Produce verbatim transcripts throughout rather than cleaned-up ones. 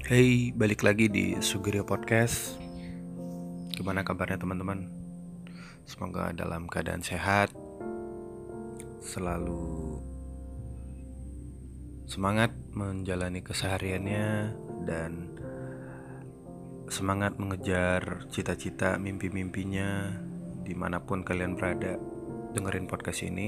Hey, balik lagi di Sugirio Podcast. Gimana kabarnya teman-teman? Semoga dalam keadaan sehat, selalu semangat menjalani kesehariannya, dan semangat mengejar cita-cita mimpi-mimpinya dimanapun kalian berada. Dengerin podcast ini.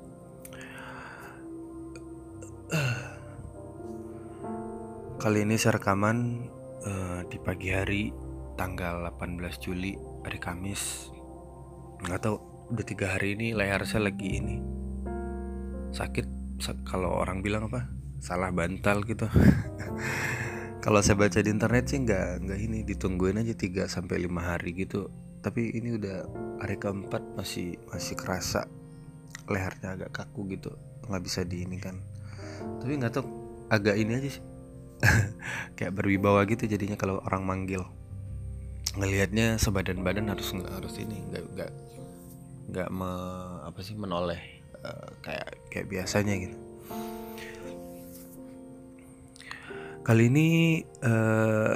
Kali ini saya rekaman uh, di pagi hari tanggal delapan belas Juli, hari Kamis. Nggak tahu, udah tiga hari ini leher saya lagi ini sakit. Kalau orang bilang apa, salah bantal gitu. Kalau saya baca di internet sih nggak nggak ini, ditungguin aja tiga sampai lima hari gitu. Tapi ini udah hari keempat masih masih kerasa lehernya agak kaku gitu, nggak bisa di ini kan. Tapi nggak tahu, agak ini aja sih. Kayak berwibawa gitu jadinya kalau orang manggil. Ngelihatnya sebadan badan harus nggak harus ini, nggak nggak nggak me, apa sih menoleh uh, kayak kayak biasanya gitu. Kali ini uh,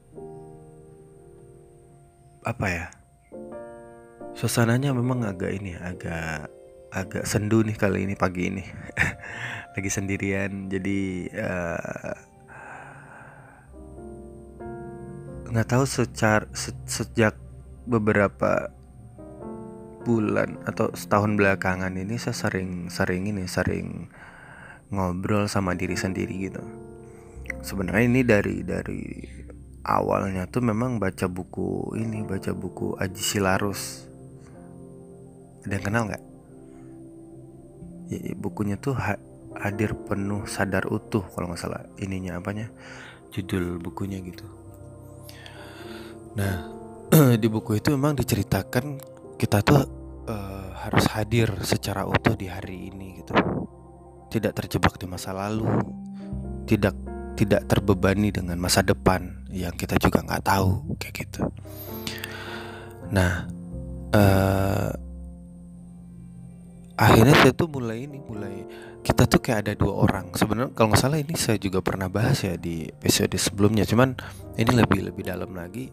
apa ya? Suasananya memang agak ini, agak agak sendu nih kali ini pagi ini. Lagi sendirian, jadi uh, nggak tahu secara se, sejak beberapa bulan atau setahun belakangan ini saya sering sering ini sering ngobrol sama diri sendiri gitu. Sebenarnya ini dari dari awalnya tuh memang baca buku ini, baca buku Aji Silarus. Ada yang kenal nggak? Ya, bukunya tuh ha- hadir penuh sadar utuh kalau nggak salah ininya apanya, judul bukunya gitu. Nah, di buku itu memang diceritakan kita tuh uh, harus hadir secara utuh di hari ini gitu. Tidak terjebak di masa lalu, tidak tidak terbebani dengan masa depan yang kita juga nggak tahu kayak gitu. Nah, uh, akhirnya saya tuh mulai ini mulai kita tuh kayak ada dua orang. Sebenarnya kalau nggak salah ini saya juga pernah bahas ya di episode sebelumnya. Cuman ini lebih lebih dalam lagi.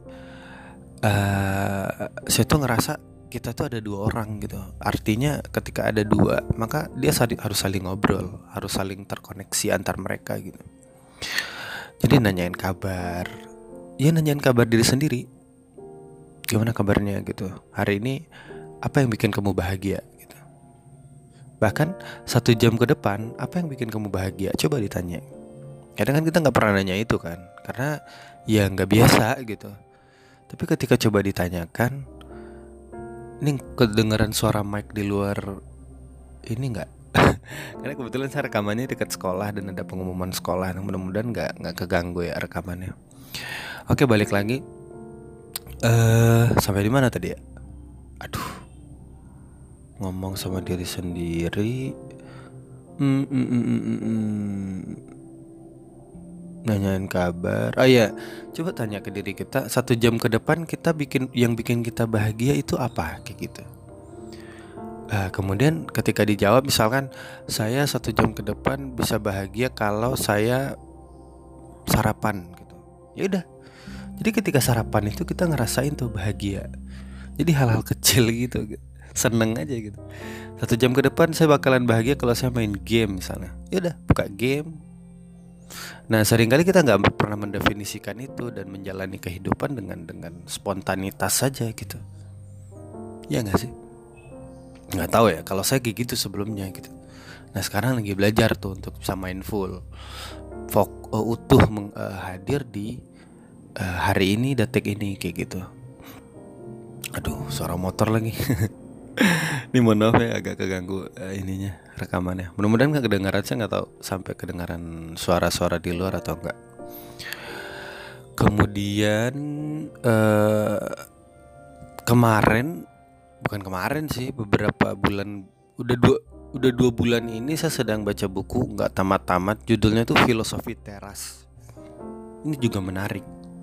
Uh, saya tuh ngerasa kita tuh ada dua orang gitu. Artinya ketika ada dua, maka dia saling, harus saling ngobrol, harus saling terkoneksi antar mereka gitu. Jadi nanyain kabar, ya nanyain kabar diri sendiri. Gimana kabarnya gitu. Hari ini apa yang bikin kamu bahagia gitu. Bahkan satu jam ke depan, apa yang bikin kamu bahagia? Coba ditanya. Kadang kan kita nggak pernah nanya itu kan, karena ya nggak biasa gitu. Tapi ketika coba ditanyakan, ini kedengeran suara mic di luar ini nggak? Karena kebetulan saya rekamannya dekat sekolah dan ada pengumuman sekolah. Mudah-mudahan nggak nggak keganggu ya rekamannya. Oke, balik lagi. Eh sampai di mana tadi ya? Aduh, ngomong sama diri sendiri. Hmm, hmm, hmm, hmm, hmm, hmm. Nanyain kabar. Oh iya, coba tanya ke diri kita, satu jam ke depan kita bikin yang bikin kita bahagia itu apa, kayak gitu. Uh, kemudian ketika dijawab misalkan saya satu jam ke depan bisa bahagia kalau saya sarapan gitu. Ya udah. Jadi ketika sarapan itu kita ngerasain tuh bahagia. Jadi hal-hal kecil gitu, seneng aja gitu. Satu jam ke depan saya bakalan bahagia kalau saya main game misalnya. Ya udah, buka game. Nah, seringkali kita nggak pernah mendefinisikan itu dan menjalani kehidupan dengan dengan spontanitas saja gitu. Ya nggak sih? Nggak tahu ya. Kalau saya kayak gitu sebelumnya gitu. Nah, sekarang lagi belajar tuh untuk bisa mindful, Fok, uh, utuh meng, uh, hadir di uh, hari ini, detik ini kayak gitu. Aduh, suara motor lagi. Ini mohon maaf ya, agak keganggu uh, ininya rekamannya. Mudah-mudahan nggak kedengaran, saya nggak tahu sampai kedengaran suara-suara di luar atau enggak. Kemudian uh, kemarin, bukan kemarin sih, beberapa bulan udah dua udah dua bulan ini saya sedang baca buku nggak tamat-tamat. Judulnya tuh Filosofi Teras. Ini juga menarik.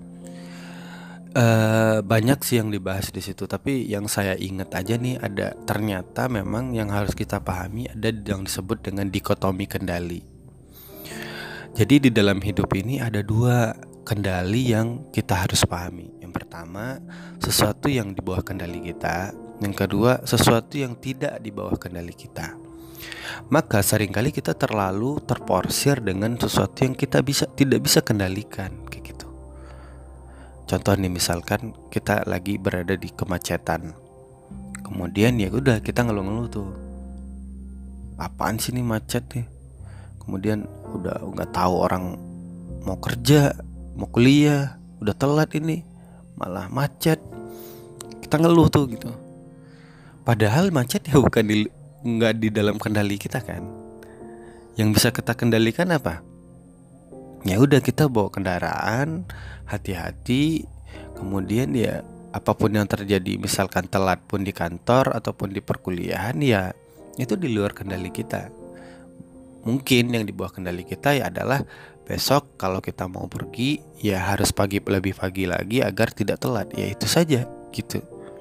Uh, banyak sih yang dibahas di situ, tapi yang saya ingat aja nih ada ternyata memang yang harus kita pahami ada yang disebut dengan dikotomi kendali. Jadi di dalam hidup ini ada dua kendali yang kita harus pahami. Yang pertama, sesuatu yang di bawah kendali kita. Yang kedua, sesuatu yang tidak di bawah kendali kita. Maka seringkali kita terlalu terporsir dengan sesuatu yang kita bisa tidak bisa kendalikan, kayak gitu. Contoh nih, misalkan kita lagi berada di kemacetan. Kemudian ya udah kita ngeluh-ngeluh tuh. Apaan sih nih macet nih? Kemudian udah nggak tahu orang mau kerja, mau kuliah, udah telat ini, malah macet. Kita ngeluh tuh gitu. Padahal macet ya bukan di nggak di dalam kendali kita kan. Yang bisa kita kendalikan apa? Ya udah, kita bawa kendaraan, hati-hati. Kemudian ya apapun yang terjadi, misalkan telat pun di kantor ataupun di perkuliahan, ya itu di luar kendali kita. Mungkin yang di bawah kendali kita ya adalah besok kalau kita mau pergi ya harus pagi, lebih pagi lagi agar tidak telat. Ya itu saja gitu.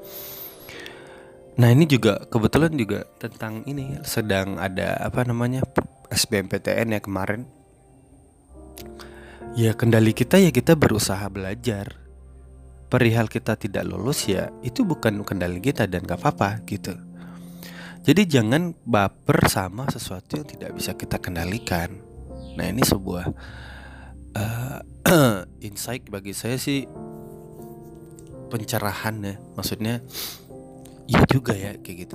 Nah ini juga kebetulan juga tentang ini, sedang ada apa namanya S B M P T N ya kemarin. Ya kendali kita ya kita berusaha belajar. Perihal kita tidak lulus ya itu bukan kendali kita dan gak apa-apa gitu. Jadi jangan baper sama sesuatu yang tidak bisa kita kendalikan. Nah ini sebuah uh, insight bagi saya sih, pencerahan ya. Maksudnya iya juga ya kayak gitu.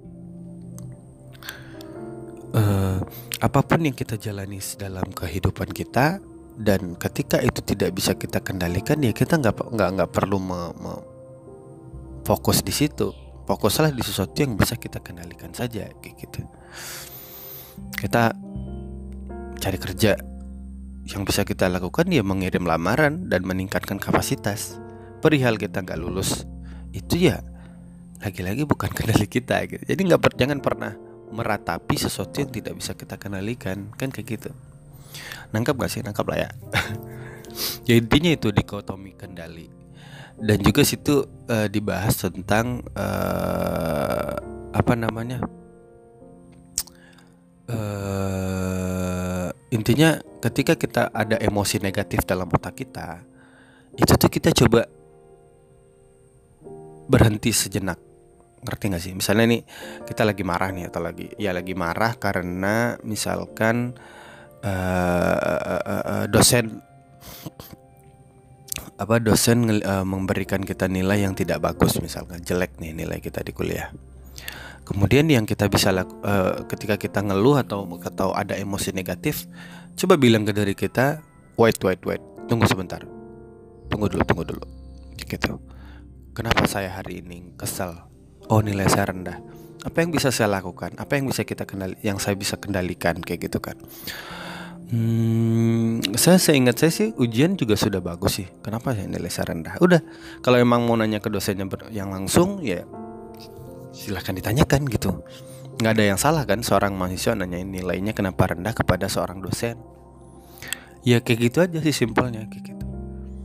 Uh, apapun yang kita jalani dalam kehidupan kita, dan ketika itu tidak bisa kita kendalikan ya kita nggak nggak nggak perlu me, me, fokus di situ. Fokuslah di sesuatu yang bisa kita kendalikan saja kayak gitu. Kita cari kerja, yang bisa kita lakukan ya mengirim lamaran dan meningkatkan kapasitas. Perihal kita nggak lulus itu ya lagi-lagi bukan kendali kita gitu. Jadi nggak per, jangan pernah meratapi sesuatu yang tidak bisa kita kendalikan, kan kayak gitu. Nangkap gak sih? Nangkap lah ya. Ya intinya itu dikotomi kendali. Dan juga situ uh, dibahas tentang uh, apa namanya? Uh, intinya ketika kita ada emosi negatif dalam otak kita, itu tuh kita coba berhenti sejenak. Ngerti gak sih? Misalnya nih kita lagi marah nih, atau lagi ya lagi marah karena misalkan uh, uh, uh, uh, dosen apa dosen uh, memberikan kita nilai yang tidak bagus, misalkan jelek nih nilai kita di kuliah. Kemudian yang kita bisa laku, uh, ketika kita ngeluh atau atau ada emosi negatif, coba bilang ke diri kita, wait wait wait, tunggu sebentar, tunggu dulu tunggu dulu, gitu. Kenapa saya hari ini kesel? Oh, nilai saya rendah. Apa yang bisa saya lakukan? Apa yang bisa kita kendali, yang saya bisa kendalikan, kayak gitu kan? Hmm, saya seingat saya sih ujian juga sudah bagus sih. Kenapa ya nilai saya rendah? Udah, kalau emang mau nanya ke dosennya yang langsung, ya silahkan ditanyakan gitu. Nggak ada yang salah kan seorang mahasiswa nanyain nilainya kenapa rendah kepada seorang dosen. Ya kayak gitu aja sih simpelnya kayak gitu.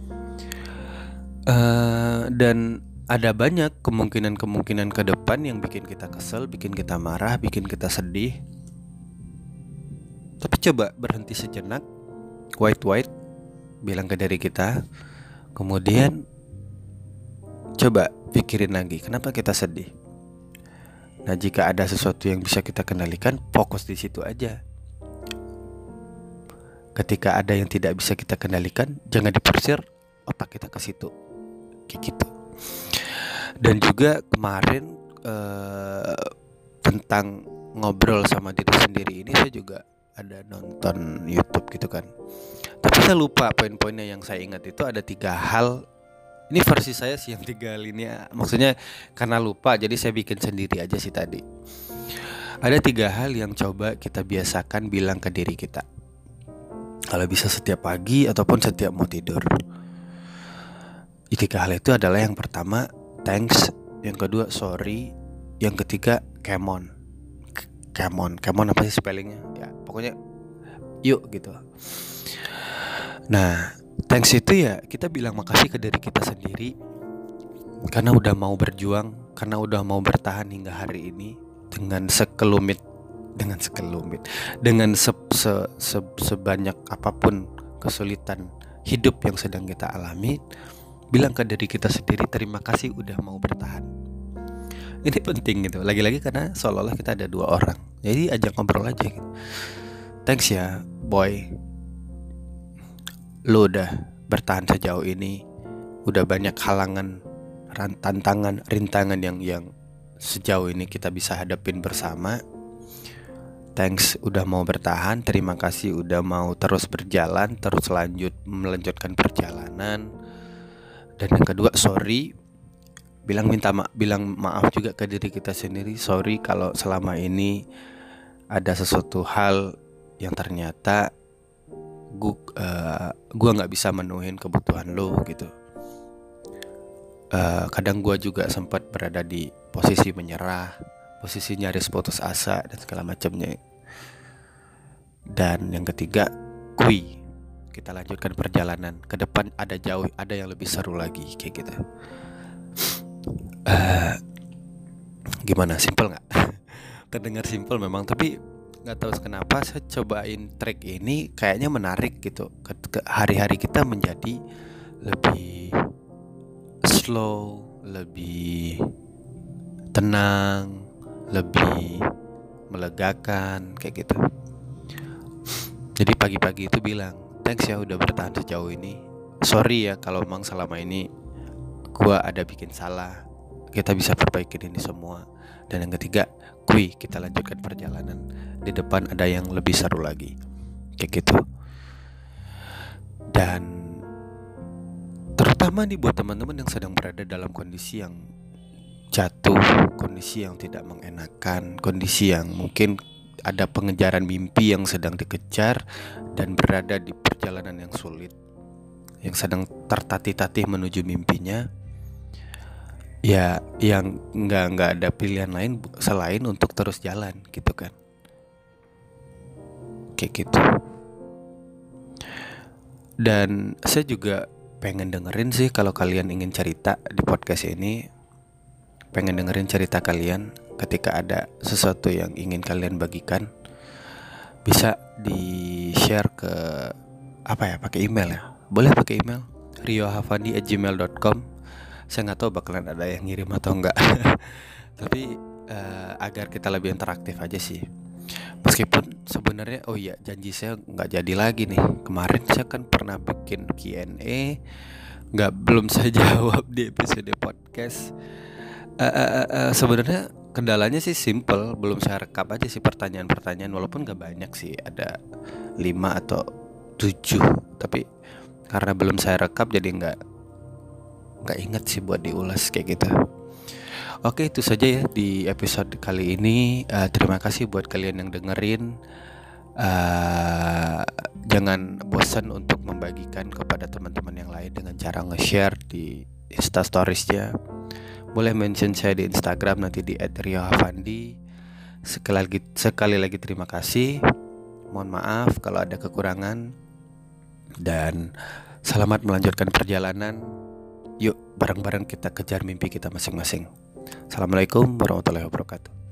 Uh, dan ada banyak kemungkinan-kemungkinan ke depan yang bikin kita kesel, bikin kita marah, bikin kita sedih. Tapi coba berhenti sejenak, wait wait, bilang ke diri kita. Kemudian coba pikirin lagi, kenapa kita sedih. Nah jika ada sesuatu yang bisa kita kendalikan, fokus di situ aja. Ketika ada yang tidak bisa kita kendalikan, jangan diporsir otak kita ke situ, kayak gitu. Dan juga kemarin eh, tentang ngobrol sama diri sendiri ini, saya juga ada nonton YouTube gitu kan. Tapi saya lupa poin-poinnya. Yang saya ingat itu ada tiga hal. Ini versi saya sih yang tiga hal ini. Maksudnya karena lupa jadi saya bikin sendiri aja sih tadi. Ada tiga hal yang coba kita biasakan bilang ke diri kita, kalau bisa setiap pagi ataupun setiap mau tidur. Tiga hal itu adalah yang pertama thanks, yang kedua sorry, yang ketiga come on. Come on, come on apa sih spellingnya? Ya pokoknya yuk gitu. Nah thanks itu ya kita bilang makasih ke diri kita sendiri, karena udah mau berjuang, karena udah mau bertahan hingga hari ini dengan sekelumit, dengan sekelumit, dengan se, se, se, sebanyak apapun kesulitan hidup yang sedang kita alami, bilang ke diri kita sendiri terima kasih udah mau bertahan. Ini penting gitu. Lagi-lagi karena seolah-olah kita ada dua orang. Jadi ajak ngobrol aja gitu. Thanks ya boy, lu udah bertahan sejauh ini. Udah banyak halangan, tantangan, rintangan yang yang sejauh ini kita bisa hadapin bersama. Thanks udah mau bertahan. Terima kasih udah mau terus berjalan, terus lanjut melanjutkan perjalanan. Dan yang kedua, sorry. Bilang minta ma- bilang maaf juga ke diri kita sendiri. Sorry kalau selama ini ada sesuatu hal yang ternyata gua uh, gua nggak bisa menuhin kebutuhan lo gitu. Uh, kadang gua juga sempat berada di posisi menyerah, posisi nyaris putus asa dan segala macamnya. Dan yang ketiga, kui, kita lanjutkan perjalanan ke depan, ada jauh, ada yang lebih seru lagi kayak gitu. Uh, gimana, simple nggak? Terdengar simple memang, tapi nggak tahu kenapa saya cobain track ini kayaknya menarik gitu. Ke, ke hari-hari kita menjadi lebih slow, lebih tenang, lebih melegakan kayak gitu. Jadi pagi-pagi itu bilang, thanks ya udah bertahan sejauh ini. Sorry ya kalau memang selama ini gua ada bikin salah. Kita bisa perbaiki ini semua. Dan yang ketiga, kui, kita lanjutkan perjalanan. Di depan ada yang lebih seru lagi. Kayak gitu. Dan terutama nih buat teman-teman yang sedang berada dalam kondisi yang jatuh, kondisi yang tidak mengenakan, kondisi yang mungkin ada pengejaran mimpi yang sedang dikejar dan berada di perjalanan yang sulit, yang sedang tertatih-tatih menuju mimpinya. Ya, yang nggak nggak ada pilihan lain selain untuk terus jalan, gitu kan? Kayak gitu. Dan saya juga pengen dengerin sih kalau kalian ingin cerita di podcast ini, pengen dengerin cerita kalian. Ketika ada sesuatu yang ingin kalian bagikan, bisa di share ke apa ya, pakai email ya, boleh pakai email rio hafandi at gmail dot com. Saya nggak tahu bakalan ada yang ngirim atau enggak. Tapi uh, agar kita lebih interaktif aja sih. Meskipun sebenarnya oh iya, janji saya nggak jadi lagi nih. Kemarin saya kan pernah bikin Q and A, nggak belum saya jawab di episode podcast. Uh, uh, uh, uh, sebenarnya kendalanya sih simple, belum saya rekap aja sih pertanyaan-pertanyaan, walaupun gak banyak sih, ada lima atau tujuh, tapi karena belum saya rekap jadi gak gak inget sih buat diulas kayak gitu. Oke, itu saja ya di episode kali ini. uh, Terima kasih buat kalian yang dengerin. uh, Jangan bosan untuk membagikan kepada teman-teman yang lain dengan cara nge-share di Instastories-nya. Boleh mention saya di Instagram nanti di et rio hafandi. Sekali lagi, sekali lagi terima kasih. Mohon maaf kalau ada kekurangan. Dan selamat melanjutkan perjalanan. Yuk bareng-bareng kita kejar mimpi kita masing-masing. Assalamualaikum warahmatullahi wabarakatuh.